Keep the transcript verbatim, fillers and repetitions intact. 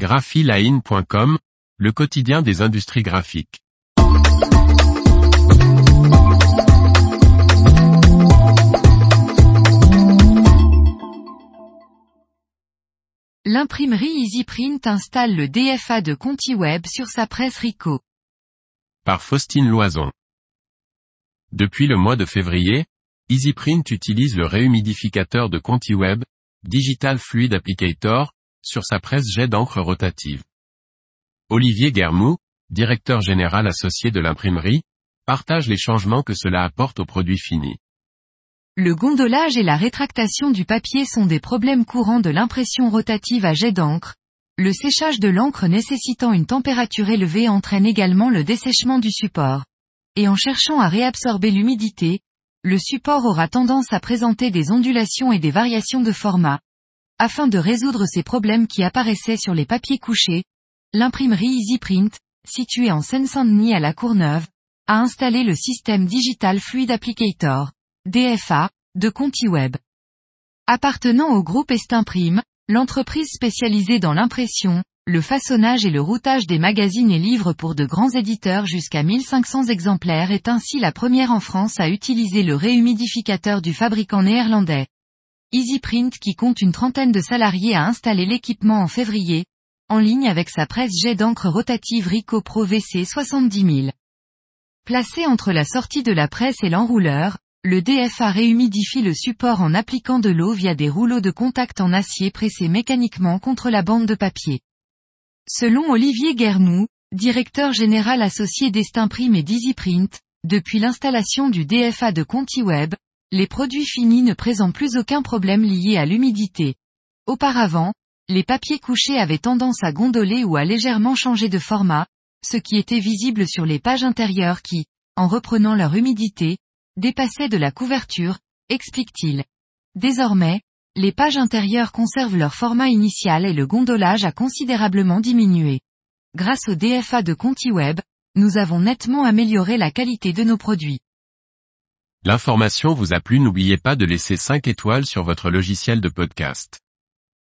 graphiline point com, le quotidien des industries graphiques. L'imprimerie EasyPrint installe le D F A de ContiWeb sur sa presse Ricoh. Par Faustine Loison. Depuis le mois de février, EasyPrint utilise le réhumidificateur de ContiWeb, Digital Fluid Applicator, sur sa presse jet d'encre rotative. Olivier Guermou, directeur général associé de l'imprimerie, partage les changements que cela apporte au produit fini. Le gondolage et la rétractation du papier sont des problèmes courants de l'impression rotative à jet d'encre. Le séchage de l'encre nécessitant une température élevée entraîne également le dessèchement du support. Et en cherchant à réabsorber l'humidité, le support aura tendance à présenter des ondulations et des variations de format. Afin de résoudre ces problèmes qui apparaissaient sur les papiers couchés, l'imprimerie EasyPrint, située en Seine-Saint-Denis à La Courneuve, a installé le système Digital Fluid Applicator, D F A, de ContiWeb. Appartenant au groupe Estimprime, l'entreprise spécialisée dans l'impression, le façonnage et le routage des magazines et livres pour de grands éditeurs jusqu'à mille cinq cents exemplaires est ainsi la première en France à utiliser le réhumidificateur du fabricant néerlandais. EasyPrint, qui compte une trentaine de salariés, a installé l'équipement en février, en ligne avec sa presse jet d'encre rotative Ricoh Pro V C soixante-dix mille. Placé entre la sortie de la presse et l'enrouleur, le D F A réhumidifie le support en appliquant de l'eau via des rouleaux de contact en acier pressés mécaniquement contre la bande de papier. Selon Olivier Guermou, directeur général associé d'Estimprime et d'EasyPrint, depuis l'installation du D F A de ContiWeb, les produits finis ne présentent plus aucun problème lié à l'humidité. Auparavant, les papiers couchés avaient tendance à gondoler ou à légèrement changer de format, ce qui était visible sur les pages intérieures qui, en reprenant leur humidité, dépassaient de la couverture, explique-t-il. Désormais, les pages intérieures conservent leur format initial et le gondolage a considérablement diminué. Grâce au D F A de ContiWeb, nous avons nettement amélioré la qualité de nos produits. L'information vous a plu, n'oubliez pas de laisser cinq étoiles sur votre logiciel de podcast.